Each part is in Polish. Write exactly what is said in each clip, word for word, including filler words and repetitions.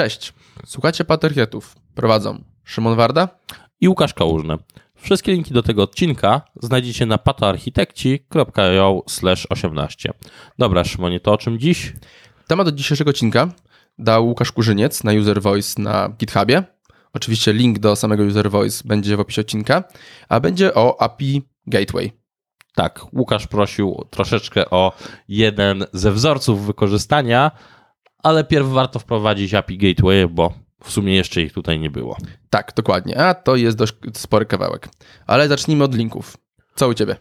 Cześć, słuchacie Patriotów. Prowadzą Szymon Warda i Łukasz Kałużny. Wszystkie linki do tego odcinka znajdziecie na patoarchitekci kropka io slash osiemnaście. Dobra, Szymonie, to o czym dziś? Temat od dzisiejszego odcinka dał Łukasz Kurzyniec na User Voice na GitHubie. Oczywiście link do samego User Voice będzie w opisie odcinka, a będzie o A P I Gateway. Tak, Łukasz prosił troszeczkę o jeden ze wzorców wykorzystania, ale pierw warto wprowadzić A P I Gateway, bo w sumie jeszcze ich tutaj nie było. Tak, dokładnie, a to jest dość spory kawałek. Ale zacznijmy od linków. Co u Ciebie?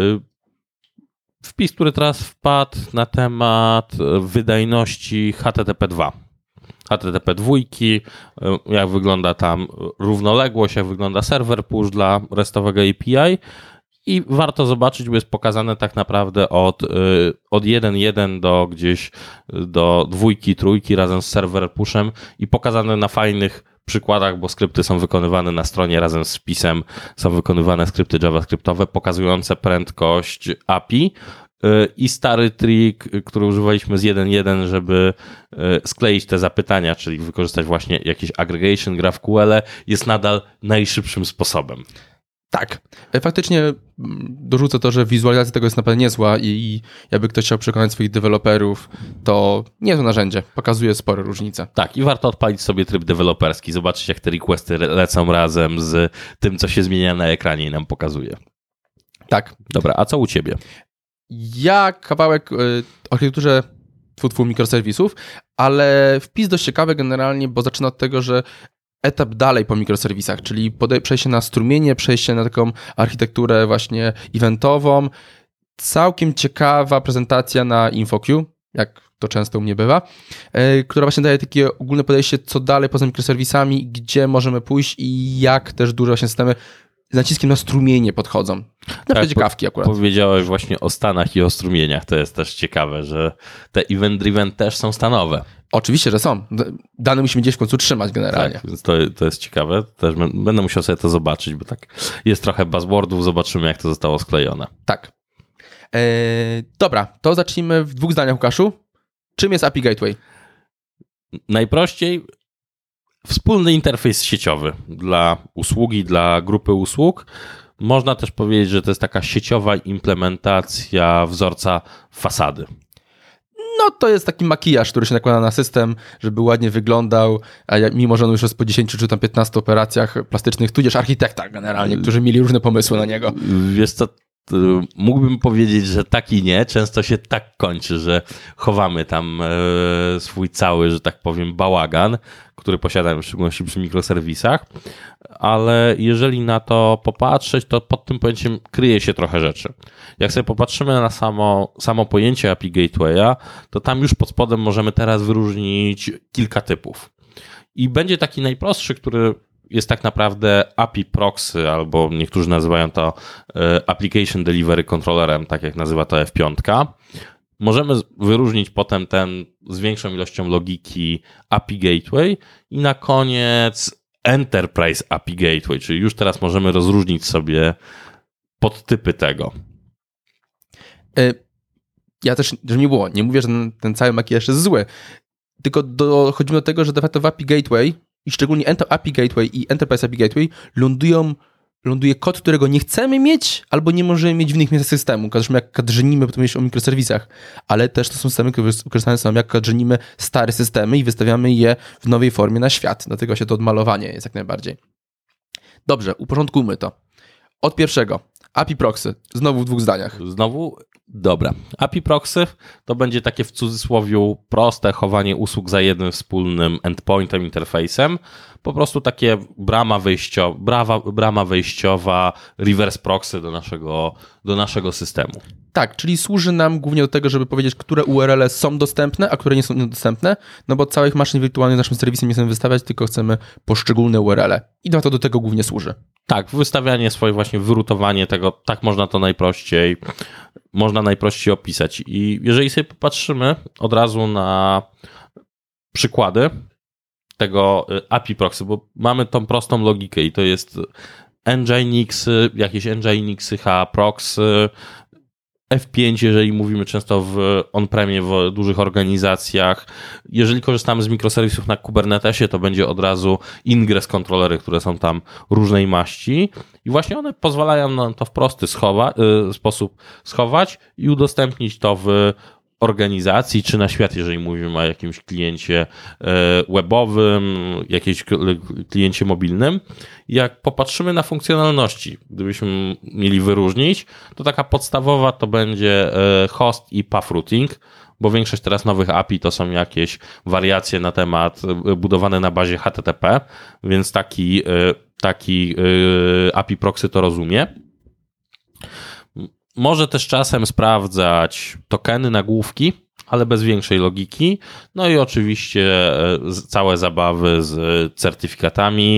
Wpis, który teraz wpadł na temat wydajności H T T P dwa. H T T P dwa, jak wygląda tam równoległość, jak wygląda serwer push dla restowego A P I i warto zobaczyć, bo jest pokazane tak naprawdę od, od jeden jeden do gdzieś do dwójki, trójki razem z serwer pushem i pokazane na fajnych przykładach, bo skrypty są wykonywane na stronie razem z wpisem, są wykonywane skrypty javascriptowe pokazujące prędkość A P I. I stary trik, który używaliśmy z jeden jeden, żeby skleić te zapytania, czyli wykorzystać właśnie jakiś aggregation, GraphQL, jest nadal najszybszym sposobem. Tak, faktycznie dorzucę to, że wizualizacja tego jest naprawdę niezła i, i jakby ktoś chciał przekonać swoich deweloperów, to niezłe narzędzie, pokazuje spore różnice. Tak, i warto odpalić sobie tryb deweloperski, zobaczyć jak te requesty lecą razem z tym, co się zmienia na ekranie i nam pokazuje. Tak. Dobra, a co u Ciebie? Ja kawałek o architekturze twór mikroserwisów, ale wpis dość ciekawy generalnie, bo zaczyna od tego, że etap dalej po mikroserwisach, czyli pode- przejście na strumienie, przejście na taką architekturę właśnie eventową. Całkiem ciekawa prezentacja na InfoQ, jak to często u mnie bywa, yy, która właśnie daje takie ogólne podejście, co dalej poza mikroserwisami, gdzie możemy pójść i jak też duże właśnie systemy z naciskiem na strumienie podchodzą. Na tak, ciekawki akurat. Powiedziałeś właśnie o stanach i o strumieniach. To jest też ciekawe, że te event-driven też są stanowe. Oczywiście, że są. Dane musimy gdzieś w końcu trzymać generalnie. Tak, więc to, to jest ciekawe. Też będę musiał sobie to zobaczyć, bo tak jest trochę buzzwordów. Zobaczymy, jak to zostało sklejone. Tak. Eee, dobra, to zacznijmy w dwóch zdaniach, Łukaszu. Czym jest A P I Gateway? Najprościej wspólny interfejs sieciowy dla usługi, dla grupy usług. Można też powiedzieć, że to jest taka sieciowa implementacja wzorca fasady. No to jest taki makijaż, który się nakłada na system, żeby ładnie wyglądał, a mimo, że on już jest po dziesięciu czy tam piętnastu operacjach plastycznych, tudzież architektach generalnie, którzy mieli różne pomysły na niego. Wiesz co, mógłbym powiedzieć, że tak i nie. Często się tak kończy, że chowamy tam swój cały, że tak powiem, bałagan, który posiadamy w szczególności przy mikroserwisach, ale jeżeli na to popatrzeć, to pod tym pojęciem kryje się trochę rzeczy. Jak sobie popatrzymy na samo, samo pojęcie A P I Gatewaya, to tam już pod spodem możemy teraz wyróżnić kilka typów. I będzie taki najprostszy, który jest tak naprawdę A P I Proxy, albo niektórzy nazywają to Application Delivery Controllerem, tak jak nazywa to F pięć. Możemy wyróżnić potem ten z większą ilością logiki A P I Gateway i na koniec Enterprise A P I Gateway, czyli już teraz możemy rozróżnić sobie podtypy tego. Ja też, żeby nie było, nie mówię, że ten, ten cały makijaż jest zły, tylko dochodzimy do tego, że de facto w A P I Gateway i szczególnie A P I Gateway i Enterprise A P I Gateway lądują, ląduje kod, którego nie chcemy mieć albo nie możemy mieć w innych miejscach systemu. Zresztą jak kadrzenimy, bo to mówisz o mikroserwisach, ale też to są systemy, które wykorzystane są, jak kadrzenimy stare systemy i wystawiamy je w nowej formie na świat. Dlatego się to odmalowanie jest jak najbardziej. Dobrze, uporządkujmy to. Od pierwszego. A P I Proxy. Znowu w dwóch zdaniach. Znowu? Dobra. A P I Proxy to będzie takie w cudzysłowie proste chowanie usług za jednym wspólnym endpointem, interfejsem. Po prostu takie brama, wyjścio, brawa, brama wejściowa, reverse proxy do naszego, do naszego systemu. Tak, czyli służy nam głównie do tego, żeby powiedzieć, które U R L są dostępne, a które nie są dostępne, no bo całych maszyn wirtualnych naszym serwisem nie chcemy wystawiać, tylko chcemy poszczególne U R L. I to do tego głównie służy. Tak, wystawianie swoje właśnie, wyrutowanie tego, tak można to najprościej, można najprościej opisać. I jeżeli sobie popatrzymy od razu na przykłady tego A P I Proxy, bo mamy tą prostą logikę i to jest Nginx, jakieś Nginx, H proxy, F pięć, jeżeli mówimy często w on-premie, w dużych organizacjach. Jeżeli korzystamy z mikroserwisów na Kubernetesie, to będzie od razu ingress kontrolery, które są tam różnej maści i właśnie one pozwalają nam to w prosty schowa- sposób schować i udostępnić to w organizacji, czy na świat, jeżeli mówimy o jakimś kliencie webowym, jakimś kliencie mobilnym. Jak popatrzymy na funkcjonalności, gdybyśmy mieli wyróżnić, to taka podstawowa to będzie host i path routing, bo większość teraz nowych A P I to są jakieś wariacje na temat budowane na bazie H T T P, więc taki, taki A P I proxy to rozumie. Może też czasem sprawdzać tokeny, nagłówki, ale bez większej logiki. No i oczywiście całe zabawy z certyfikatami,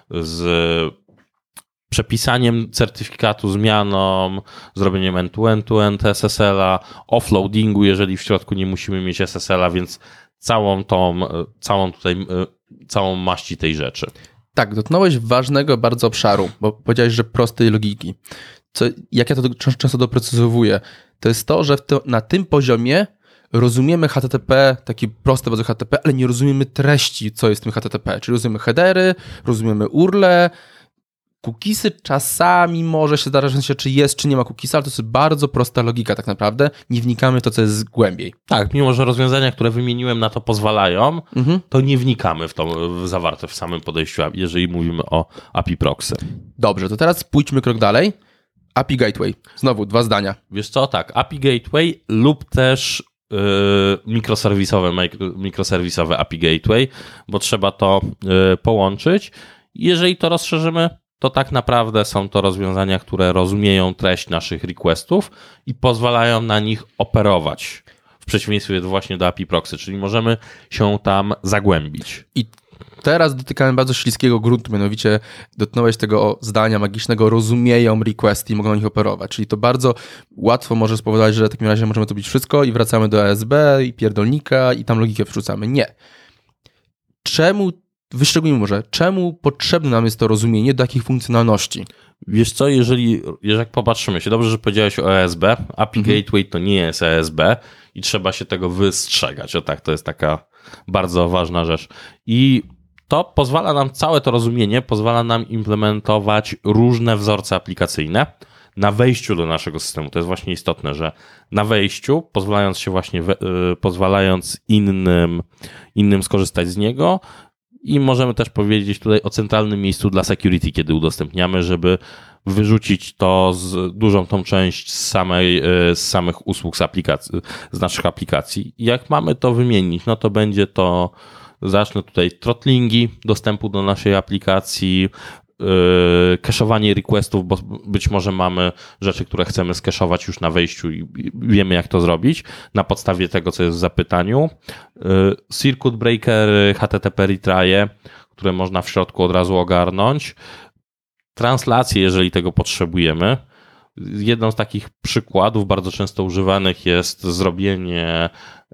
z przepisaniem certyfikatu, zmianą, zrobieniem end-to-end, to-end S S L-a, offloadingu, jeżeli w środku nie musimy mieć S S L-a, więc całą tą, całą tutaj, całą maści tej rzeczy. Tak, dotknąłeś ważnego bardzo obszaru, bo powiedziałeś, że prostej logiki. Co, jak ja to często doprecyzowuję, to jest to, że w to, na tym poziomie rozumiemy H T T P, taki prosty bardzo H T T P, ale nie rozumiemy treści, co jest w tym H T T P. Czyli rozumiemy headery, rozumiemy U R L-e, cookiesy czasami może się zdarzyć, czy jest, czy nie ma cookiesa, ale to jest bardzo prosta logika tak naprawdę. Nie wnikamy w to, co jest głębiej. Tak, mimo że rozwiązania, które wymieniłem, na to pozwalają, mhm. to nie wnikamy w to w zawarte w samym podejściu, jeżeli mówimy o A P I proxy. Dobrze, to teraz pójdźmy krok dalej. A P I Gateway. Znowu dwa zdania. Wiesz co, tak, A P I Gateway lub też yy, mikroserwisowe, mikroserwisowe A P I Gateway, bo trzeba to yy, połączyć. Jeżeli to rozszerzymy, to tak naprawdę są to rozwiązania, które rozumieją treść naszych requestów i pozwalają na nich operować. W przeciwieństwie właśnie do A P I proxy, czyli możemy się tam zagłębić. I teraz dotykamy bardzo śliskiego gruntu, mianowicie dotknąłeś tego zdania magicznego, rozumieją requesty i mogą na nich operować, czyli to bardzo łatwo może spowodować, że w takim razie możemy zrobić wszystko i wracamy do A S B i pierdolnika i tam logikę wrzucamy. Nie. Czemu, wyszczególnijmy może, czemu potrzebne nam jest to rozumienie do jakich funkcjonalności? Wiesz co, jeżeli, jeżeli popatrzymy się, dobrze, że powiedziałeś o A S B, A P I mhm. Gateway to nie jest A S B i trzeba się tego wystrzegać, o tak, to jest taka bardzo ważna rzecz. I to pozwala nam, całe to rozumienie pozwala nam implementować różne wzorce aplikacyjne na wejściu do naszego systemu. To jest właśnie istotne, że na wejściu, pozwalając się właśnie, we, yy, pozwalając innym, innym skorzystać z niego, i możemy też powiedzieć tutaj o centralnym miejscu dla security, kiedy udostępniamy, żeby wyrzucić to z dużą tą część z, samej, z samych usług z aplikacji, z naszych aplikacji. I jak mamy to wymienić, no to będzie to, zacznę tutaj throttlingi dostępu do naszej aplikacji, Yy, cache'owanie requestów, bo być może mamy rzeczy, które chcemy skeszować już na wejściu i wiemy, jak to zrobić na podstawie tego, co jest w zapytaniu. Yy, circuit breaker, H T T P retry'e, które można w środku od razu ogarnąć. Translacje, jeżeli tego potrzebujemy. Jedną z takich przykładów bardzo często używanych jest zrobienie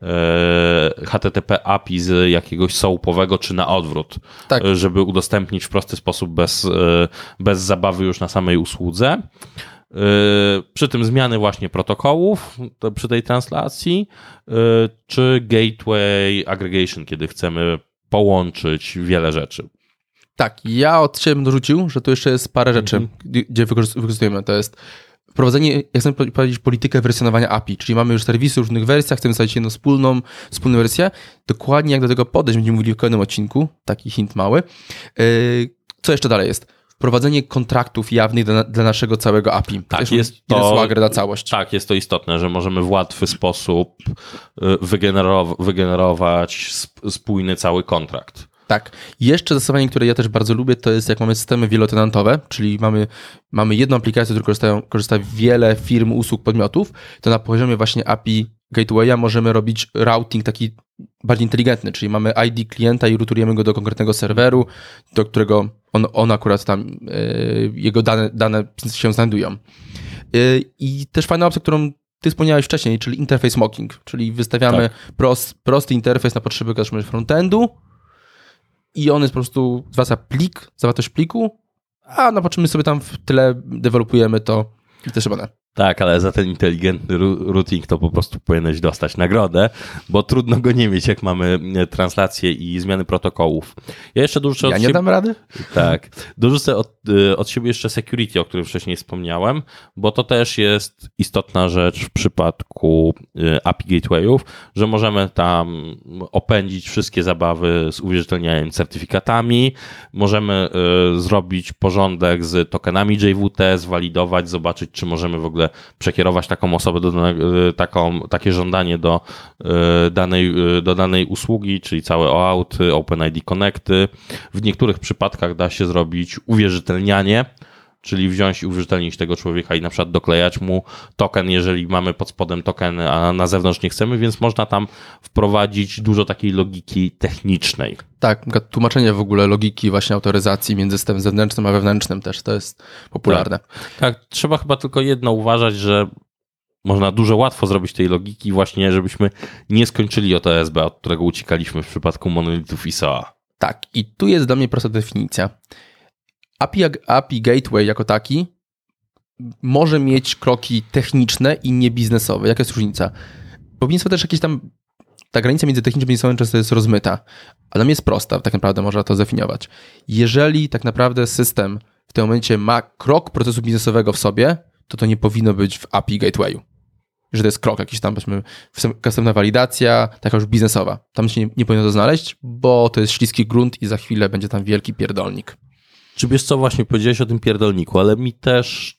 H T T P A P I z jakiegoś soapowego czy na odwrót, tak, żeby udostępnić w prosty sposób bez, bez zabawy już na samej usłudze. Przy tym zmiany właśnie protokołów przy tej translacji, czy gateway aggregation, kiedy chcemy połączyć wiele rzeczy. Tak, ja od siebie bym dorzucił, że tu jeszcze jest parę rzeczy, mm-hmm. gdzie wykorzystujemy. To jest wprowadzenie, jak chcemy powiedzieć, politykę wersjonowania A P I, czyli mamy już serwisy w różnych wersjach, chcemy stworzyć jedną wspólną, wspólną wersję. Dokładnie jak do tego podejść, będziemy mówili w kolejnym odcinku, taki hint mały. Co jeszcze dalej jest? Wprowadzenie kontraktów jawnych dla, dla naszego całego A P I. Tak, jest to, swagger na całość. Tak, jest to istotne, że możemy w łatwy sposób wygenerow- wygenerować spójny cały kontrakt. Tak. Jeszcze zastosowanie, które ja też bardzo lubię, to jest jak mamy systemy wielotenantowe, czyli mamy, mamy jedną aplikację, którą korzystają, korzysta wiele firm, usług, podmiotów, to na poziomie właśnie A P I Gatewaya możemy robić routing taki bardziej inteligentny, czyli mamy I D klienta i routujemy go do konkretnego serweru, do którego on, on akurat tam, yy, jego dane, dane się znajdują. Yy, I też fajna opcja, którą ty wspomniałeś wcześniej, czyli interface mocking, czyli wystawiamy tak. prost, prosty interfejs na potrzeby frontendu, i on jest po prostu, zwraca plik, zawartość pliku, a no patrzymy sobie tam w tle, dewelopujemy to i też one. Tak, ale za ten inteligentny routing to po prostu powinieneś dostać nagrodę, bo trudno go nie mieć, jak mamy translację i zmiany protokołów. Ja jeszcze dorzucę Ja od nie siebie... dam rady? Tak. Dorzucę od, od siebie jeszcze security, o którym wcześniej wspomniałem, bo to też jest istotna rzecz w przypadku A P I Gatewayów, że możemy tam opędzić wszystkie zabawy z uwierzytelnianiem certyfikatami, możemy y, zrobić porządek z tokenami J W T, zwalidować, zobaczyć, czy możemy w ogóle przekierować taką osobę, do danego, taką, takie żądanie do danej, do danej usługi, czyli całe OAuth, OpenID Connecty. W niektórych przypadkach da się zrobić uwierzytelnianie, czyli wziąć i uwierzytelnić tego człowieka i na przykład doklejać mu token, jeżeli mamy pod spodem tokeny, a na zewnątrz nie chcemy, więc można tam wprowadzić dużo takiej logiki technicznej. Tak, tłumaczenie w ogóle logiki właśnie autoryzacji między systemem zewnętrznym a wewnętrznym też, to jest popularne. Tak, tak, trzeba chyba tylko jedno uważać, że można dużo łatwo zrobić tej logiki właśnie, żebyśmy nie skończyli O T S B, od którego uciekaliśmy w przypadku monolitów I S O A. Tak, i tu jest dla mnie prosta definicja. A P I, A P I Gateway jako taki może mieć kroki techniczne i niebiznesowe. Jaka jest różnica? Powinien też jakieś tam, ta granica między technicznym i biznesowym często jest rozmyta, ale dla mnie jest prosta, tak naprawdę można to zdefiniować. Jeżeli tak naprawdę system w tym momencie ma krok procesu biznesowego w sobie, to to nie powinno być w A P I Gatewayu. Że to jest krok jakiś tam, powiedzmy, customna walidacja, taka już biznesowa. Tam się nie, nie powinno to znaleźć, bo to jest śliski grunt i za chwilę będzie tam wielki pierdolnik. Czy wiesz co, właśnie powiedziałeś o tym pierdolniku, ale mi też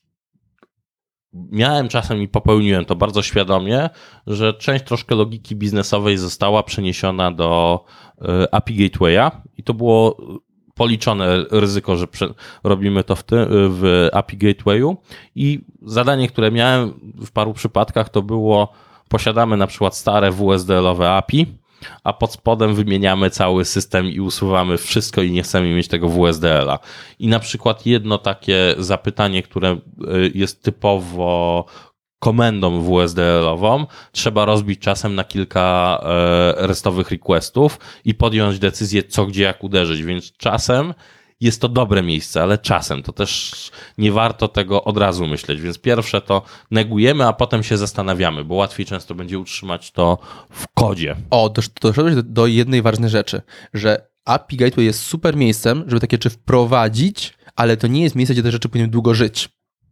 miałem czasem i popełniłem to bardzo świadomie, że część troszkę logiki biznesowej została przeniesiona do A P I Gatewaya i to było policzone ryzyko, że robimy to w, ty, w A P I Gatewayu i zadanie, które miałem w paru przypadkach to było, posiadamy na przykład stare W S D L-owe A P I, a pod spodem wymieniamy cały system i usuwamy wszystko i nie chcemy mieć tego W S D L-a. I na przykład jedno takie zapytanie, które jest typowo komendą W S D L-ową, trzeba rozbić czasem na kilka restowych requestów i podjąć decyzję, co, gdzie, jak uderzyć, więc czasem jest to dobre miejsce, ale czasem to też nie warto tego od razu myśleć, więc pierwsze to negujemy, a potem się zastanawiamy, bo łatwiej często będzie utrzymać to w kodzie. O, doszedłeś do, do jednej ważnej rzeczy, że A P I Gateway jest super miejscem, żeby takie rzeczy wprowadzić, ale to nie jest miejsce, gdzie te rzeczy powinny długo żyć.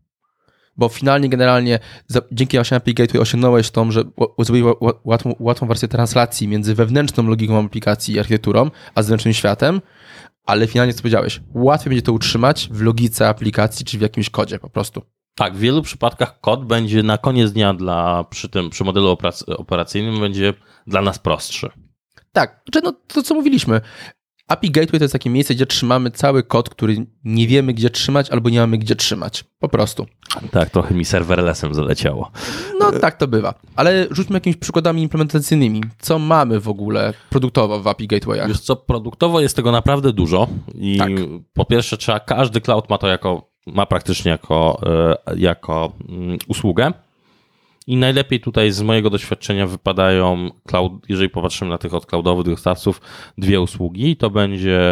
Bo finalnie, generalnie za, dzięki właśnie A P I Gateway osiągnąłeś tą, że zrobiłeś łatwą, łatwą wersję translacji między wewnętrzną logiką aplikacji i architekturą, a zewnętrznym światem, ale finalnie, co powiedziałeś, łatwiej będzie to utrzymać w logice aplikacji, czy w jakimś kodzie po prostu. Tak, w wielu przypadkach kod będzie na koniec dnia dla, przy tym, przy modelu operacyjnym będzie dla nas prostszy. Tak, znaczy no to co mówiliśmy, A P I Gateway to jest takie miejsce, gdzie trzymamy cały kod, który nie wiemy gdzie trzymać albo nie mamy gdzie trzymać. Po prostu. Tak, trochę mi serverlessem zaleciało. No tak to bywa. Ale rzućmy jakimiś przykładami implementacyjnymi. Co mamy w ogóle produktowo w A P I Gatewayach? Wiesz co, produktowo jest tego naprawdę dużo i tak. Po pierwsze trzeba, każdy cloud ma to jako, ma praktycznie jako, jako usługę. I najlepiej tutaj z mojego doświadczenia wypadają, cloud, jeżeli popatrzymy na tych od cloudowych dostawców, dwie usługi. To będzie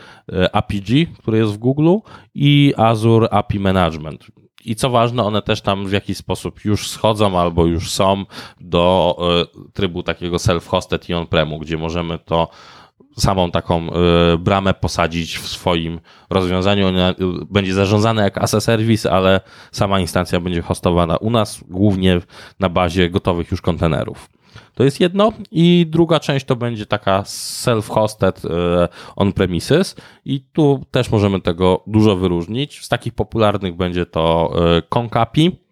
A P G, który jest w Google i Azure A P I Management. I co ważne, one też tam w jakiś sposób już schodzą albo już są do trybu takiego self-hosted i on-premu, gdzie możemy to samą taką y, bramę posadzić w swoim rozwiązaniu. Ona będzie zarządzana jak as a service, ale sama instancja będzie hostowana u nas, głównie na bazie gotowych już kontenerów. To jest jedno. I druga część to będzie taka self-hosted y, on-premises i tu też możemy tego dużo wyróżnić. Z takich popularnych będzie to y, Concapi.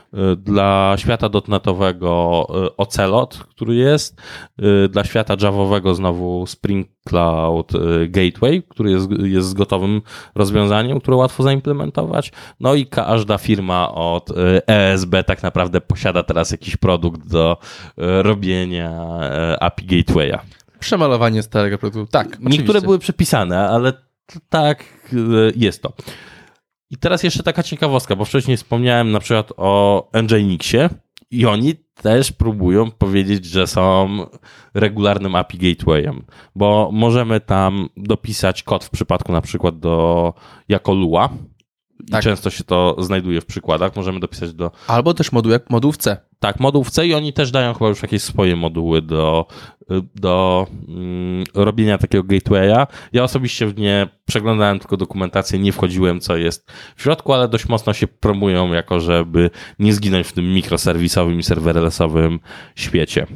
Dla świata dotnetowego Ocelot, który jest, dla świata javowego znowu Spring Cloud Gateway, który jest, jest gotowym rozwiązaniem, które łatwo zaimplementować. No i każda firma od E S B tak naprawdę posiada teraz jakiś produkt do robienia A P I Gatewaya. Przemalowanie starego produktu, tak. Niektóre oczywiście. były przepisane, ale tak jest to. I teraz jeszcze taka ciekawostka, bo wcześniej wspomniałem na przykład o Nginxie i oni też próbują powiedzieć, że są regularnym A P I Gatewayem, bo możemy tam dopisać kod w przypadku na przykład do, jako Lua i tak. często się to znajduje w przykładach. Możemy dopisać do... Albo też moduł, jak moduł w C. Tak, moduł w C i oni też dają chyba już jakieś swoje moduły do, do mm, robienia takiego gatewaya. Ja osobiście w nie przeglądałem tylko dokumentację, nie wchodziłem, co jest w środku, ale dość mocno się promują, jako żeby nie zginąć w tym mikroserwisowym i serverlessowym świecie.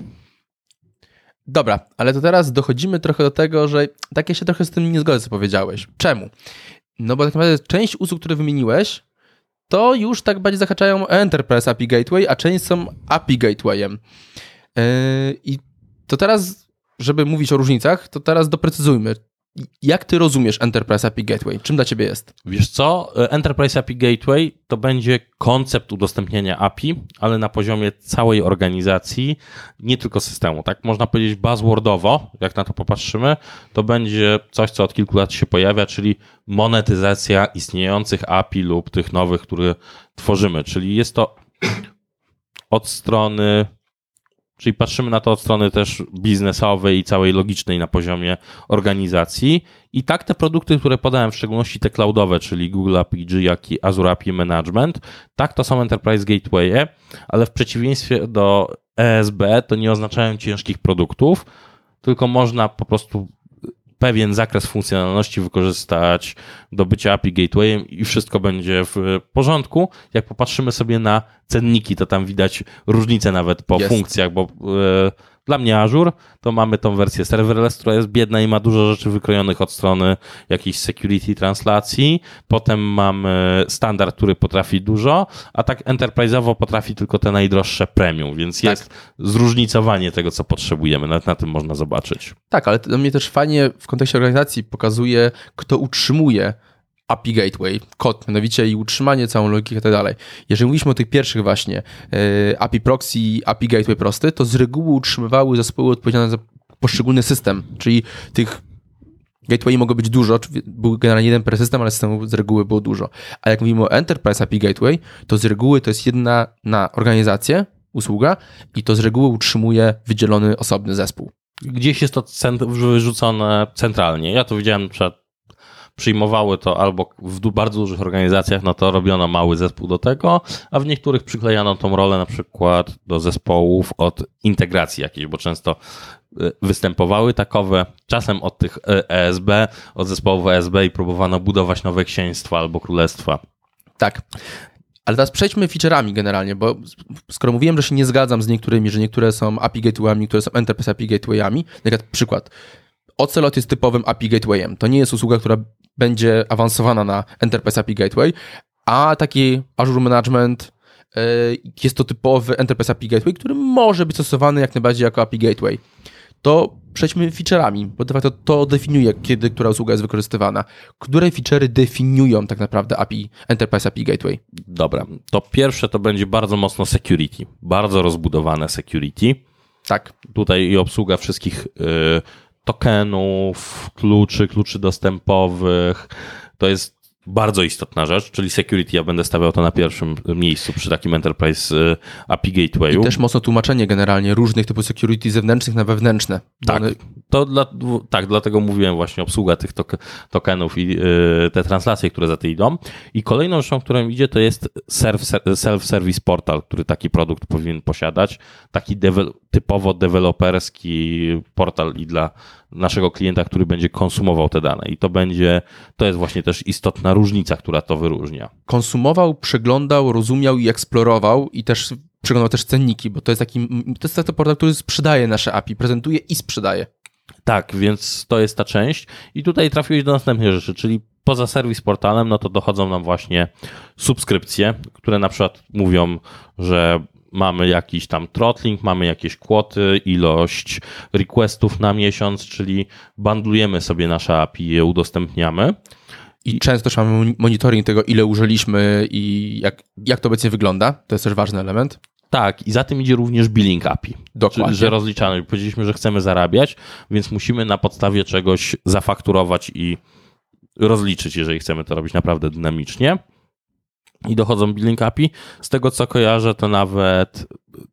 Dobra, ale to teraz dochodzimy trochę do tego, że tak ja się trochę z tym nie zgodzę, co powiedziałeś. Czemu? No bo tak naprawdę część usług, które wymieniłeś, to już tak bardziej zahaczają Enterprise A P I Gateway, a część są A P I Gatewayem. Yy, I to teraz, żeby mówić o różnicach, to teraz doprecyzujmy. Jak ty rozumiesz Enterprise A P I Gateway? Czym dla ciebie jest? Wiesz co? Enterprise A P I Gateway to będzie koncept udostępnienia A P I, ale na poziomie całej organizacji, nie tylko systemu. Tak można powiedzieć buzzwordowo, jak na to popatrzymy, to będzie coś, co od kilku lat się pojawia, czyli monetyzacja istniejących A P I lub tych nowych, które tworzymy. Czyli jest to od strony... Czyli patrzymy na to od strony też biznesowej i całej logicznej na poziomie organizacji. I tak te produkty, które podałem, w szczególności te cloudowe, czyli Google A P I, G, jak i Azure A P I Management, tak to są Enterprise Gatewaye, ale w przeciwieństwie do E S B to nie oznaczają ciężkich produktów, tylko można po prostu pewien zakres funkcjonalności wykorzystać do bycia A P I Gatewayem i wszystko będzie w porządku. Jak popatrzymy sobie na cenniki, to tam widać różnice nawet po jest. funkcjach, bo e, dla mnie Azure to mamy tą wersję serverless, która jest biedna i ma dużo rzeczy wykrojonych od strony jakiejś security translacji. Potem mamy standard, który potrafi dużo, a tak enterprise'owo potrafi tylko te najdroższe premium, więc tak. jest zróżnicowanie tego, co potrzebujemy. Nawet na tym można zobaczyć. Tak, ale to mnie też fajnie w kontekście organizacji pokazuje, kto utrzymuje A P I Gateway, kod mianowicie i utrzymanie, całą logikę i tak dalej. Jeżeli mówiliśmy o tych pierwszych właśnie A P I Proxy i A P I Gateway prosty, to z reguły utrzymywały zespoły odpowiedzialne za poszczególny system, czyli tych gateway mogło być dużo, był generalnie jeden per system, ale systemów z reguły było dużo. A jak mówimy o Enterprise A P I Gateway, to z reguły to jest jedna na organizację, usługa i to z reguły utrzymuje wydzielony osobny zespół. Gdzieś jest to cent- wyrzucone centralnie. Ja to widziałem na przykład przyjmowały to albo w du- bardzo dużych organizacjach, no to robiono mały zespół do tego, a w niektórych przyklejano tą rolę na przykład do zespołów od integracji jakiejś, bo często występowały takowe, czasem od tych E S B, od zespołów E S B i próbowano budować nowe księstwa albo królestwa. Tak. Ale teraz przejdźmy feature'ami generalnie, bo skoro mówiłem, że się nie zgadzam z niektórymi, że niektóre są A P I Gatewayami, niektóre są Enterprise A P I Gatewayami, na przykład przykład, Ocelot jest typowym A P I Gatewayem. To nie jest usługa, która będzie awansowana na Enterprise A P I Gateway, a taki Azure Management yy, jest to typowy Enterprise A P I Gateway, który może być stosowany jak najbardziej jako A P I Gateway. To przejdźmy feature'ami, bo de facto to definiuje, kiedy która usługa jest wykorzystywana. Które feature'y definiują tak naprawdę A P I, Enterprise A P I Gateway? Dobra, to pierwsze to będzie bardzo mocno security, bardzo rozbudowane security. Tak. Tutaj i obsługa wszystkich yy, tokenów, kluczy, kluczy dostępowych. To jest bardzo istotna rzecz, czyli security. Ja będę stawiał to na pierwszym miejscu przy takim Enterprise A P I Gatewayu. I też mocno tłumaczenie generalnie różnych typów security zewnętrznych na wewnętrzne. Tak, one... to dla, tak, dlatego mówiłem właśnie obsługa tych tok- tokenów i yy, te translacje, które za tym idą. I kolejną rzeczą, którą idzie, to jest self-service portal, który taki produkt powinien posiadać. Taki devel- typowo deweloperski portal i dla naszego klienta, który będzie konsumował te dane. I to będzie, to jest właśnie też istotna różnica, która to wyróżnia. Konsumował, przeglądał, rozumiał i eksplorował i też przeglądał też cenniki, bo to jest taki, to jest taki portal, który sprzedaje nasze A P I, prezentuje i sprzedaje. Tak, więc to jest ta część. I tutaj trafiłeś do następnej rzeczy, czyli poza serwis portalem, no to dochodzą nam właśnie subskrypcje, które na przykład mówią, że mamy jakiś tam throttling, mamy jakieś kwoty, ilość requestów na miesiąc, czyli bundlujemy sobie nasze A P I, je udostępniamy. I, I często też mamy monitoring tego, ile użyliśmy i jak, jak to obecnie wygląda. To jest też ważny element. Tak, i za tym idzie również billing A P I. Dokładnie. Czyli, że rozliczamy. Powiedzieliśmy, że chcemy zarabiać, więc musimy na podstawie czegoś zafakturować i rozliczyć, jeżeli chcemy to robić naprawdę dynamicznie. I dochodzą billing A P I. Z tego, co kojarzę, to nawet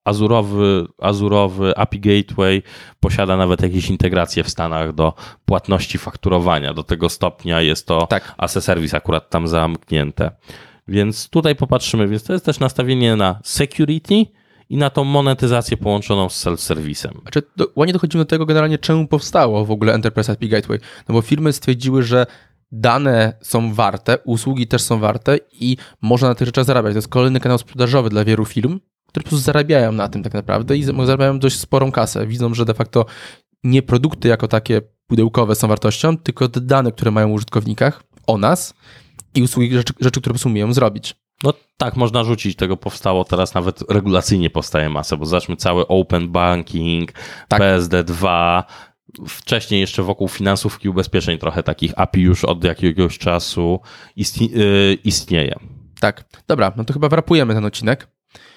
Azurowy, azurowy A P I Gateway posiada nawet jakieś integracje w Stanach do płatności fakturowania. Do tego stopnia jest to Tak. as a service akurat tam zamknięte. Więc tutaj popatrzymy, więc to jest też nastawienie na security i na tą monetyzację połączoną z self-serwisem. Znaczy, do, ładnie dochodzimy do tego generalnie, czemu powstało w ogóle Enterprise A P I Gateway. No bo firmy stwierdziły, że dane są warte, usługi też są warte i można na tych rzeczach zarabiać. To jest kolejny kanał sprzedażowy dla wielu firm, które po prostu zarabiają na tym tak naprawdę i zarabiają dość sporą kasę. Widzą, że de facto nie produkty jako takie pudełkowe są wartością, tylko te dane, które mają o użytkownikach, o nas i usługi, rzeczy, rzeczy które po prostu umieją zrobić. No tak, można rzucić, tego powstało teraz nawet regulacyjnie powstaje masę, bo zacznijmy cały open banking, Tak. P S D dwa, wcześniej jeszcze wokół finansówki ubezpieczeń trochę takich A P I już od jakiegoś czasu istnie, yy, istnieje. Tak, dobra, no to chyba wrapujemy ten odcinek.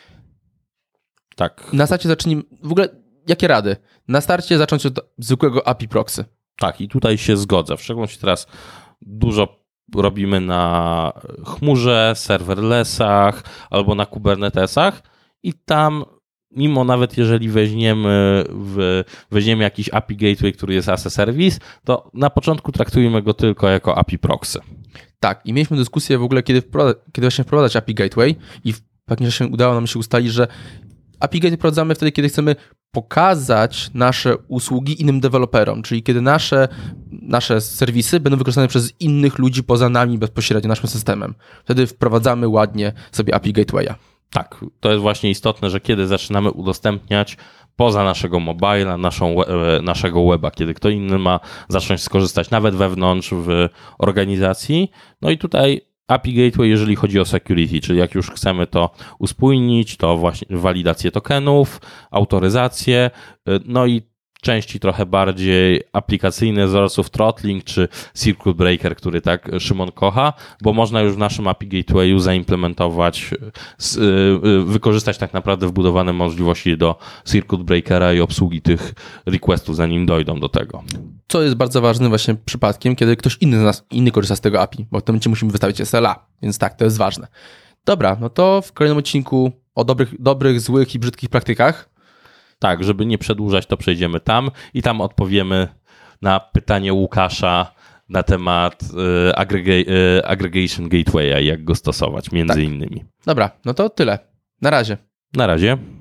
Tak. Na starcie zacznijmy, w ogóle jakie rady? Na starcie zacząć od zwykłego A P I proxy. Tak, i tutaj się zgodzę. W szczególności teraz dużo robimy na chmurze, serverlessach albo na Kubernetesach i tam, mimo nawet jeżeli weźmiemy, w, weźmiemy jakiś A P I Gateway, który jest as a service, to na początku traktujemy go tylko jako A P I proxy. Tak, i mieliśmy dyskusję w ogóle, kiedy, wprowadza, kiedy właśnie wprowadzać A P I Gateway i w takim czasie udało nam się ustalić, że A P I Gateway wprowadzamy wtedy, kiedy chcemy pokazać nasze usługi innym deweloperom, czyli kiedy nasze, nasze serwisy będą wykorzystane przez innych ludzi poza nami bezpośrednio, naszym systemem. Wtedy wprowadzamy ładnie sobie A P I Gatewaya. Tak, to jest właśnie istotne, że kiedy zaczynamy udostępniać poza naszego mobila, naszą, naszego weba, kiedy kto inny ma zacząć skorzystać nawet wewnątrz w organizacji. No i tutaj A P I Gateway, jeżeli chodzi o security, czyli jak już chcemy to uspójnić, to właśnie walidację tokenów, autoryzację, no i części trochę bardziej aplikacyjne z wzorców throttling czy circuit breaker, który tak Szymon kocha, bo można już w naszym A P I Gatewayu zaimplementować, wykorzystać tak naprawdę wbudowane możliwości do circuit breakera i obsługi tych requestów, zanim dojdą do tego. Co jest bardzo ważnym właśnie przypadkiem, kiedy ktoś inny z nas, inny korzysta z tego A P I, bo w tym momencie musimy wystawić S L A, więc tak, to jest ważne. Dobra, no to w kolejnym odcinku o dobrych, dobrych, złych i brzydkich praktykach. Tak, żeby nie przedłużać, to przejdziemy tam i tam odpowiemy na pytanie Łukasza na temat y, agrega- y, aggregation gatewaya i jak go stosować między tak. innymi. Dobra, no to tyle. Na razie. Na razie.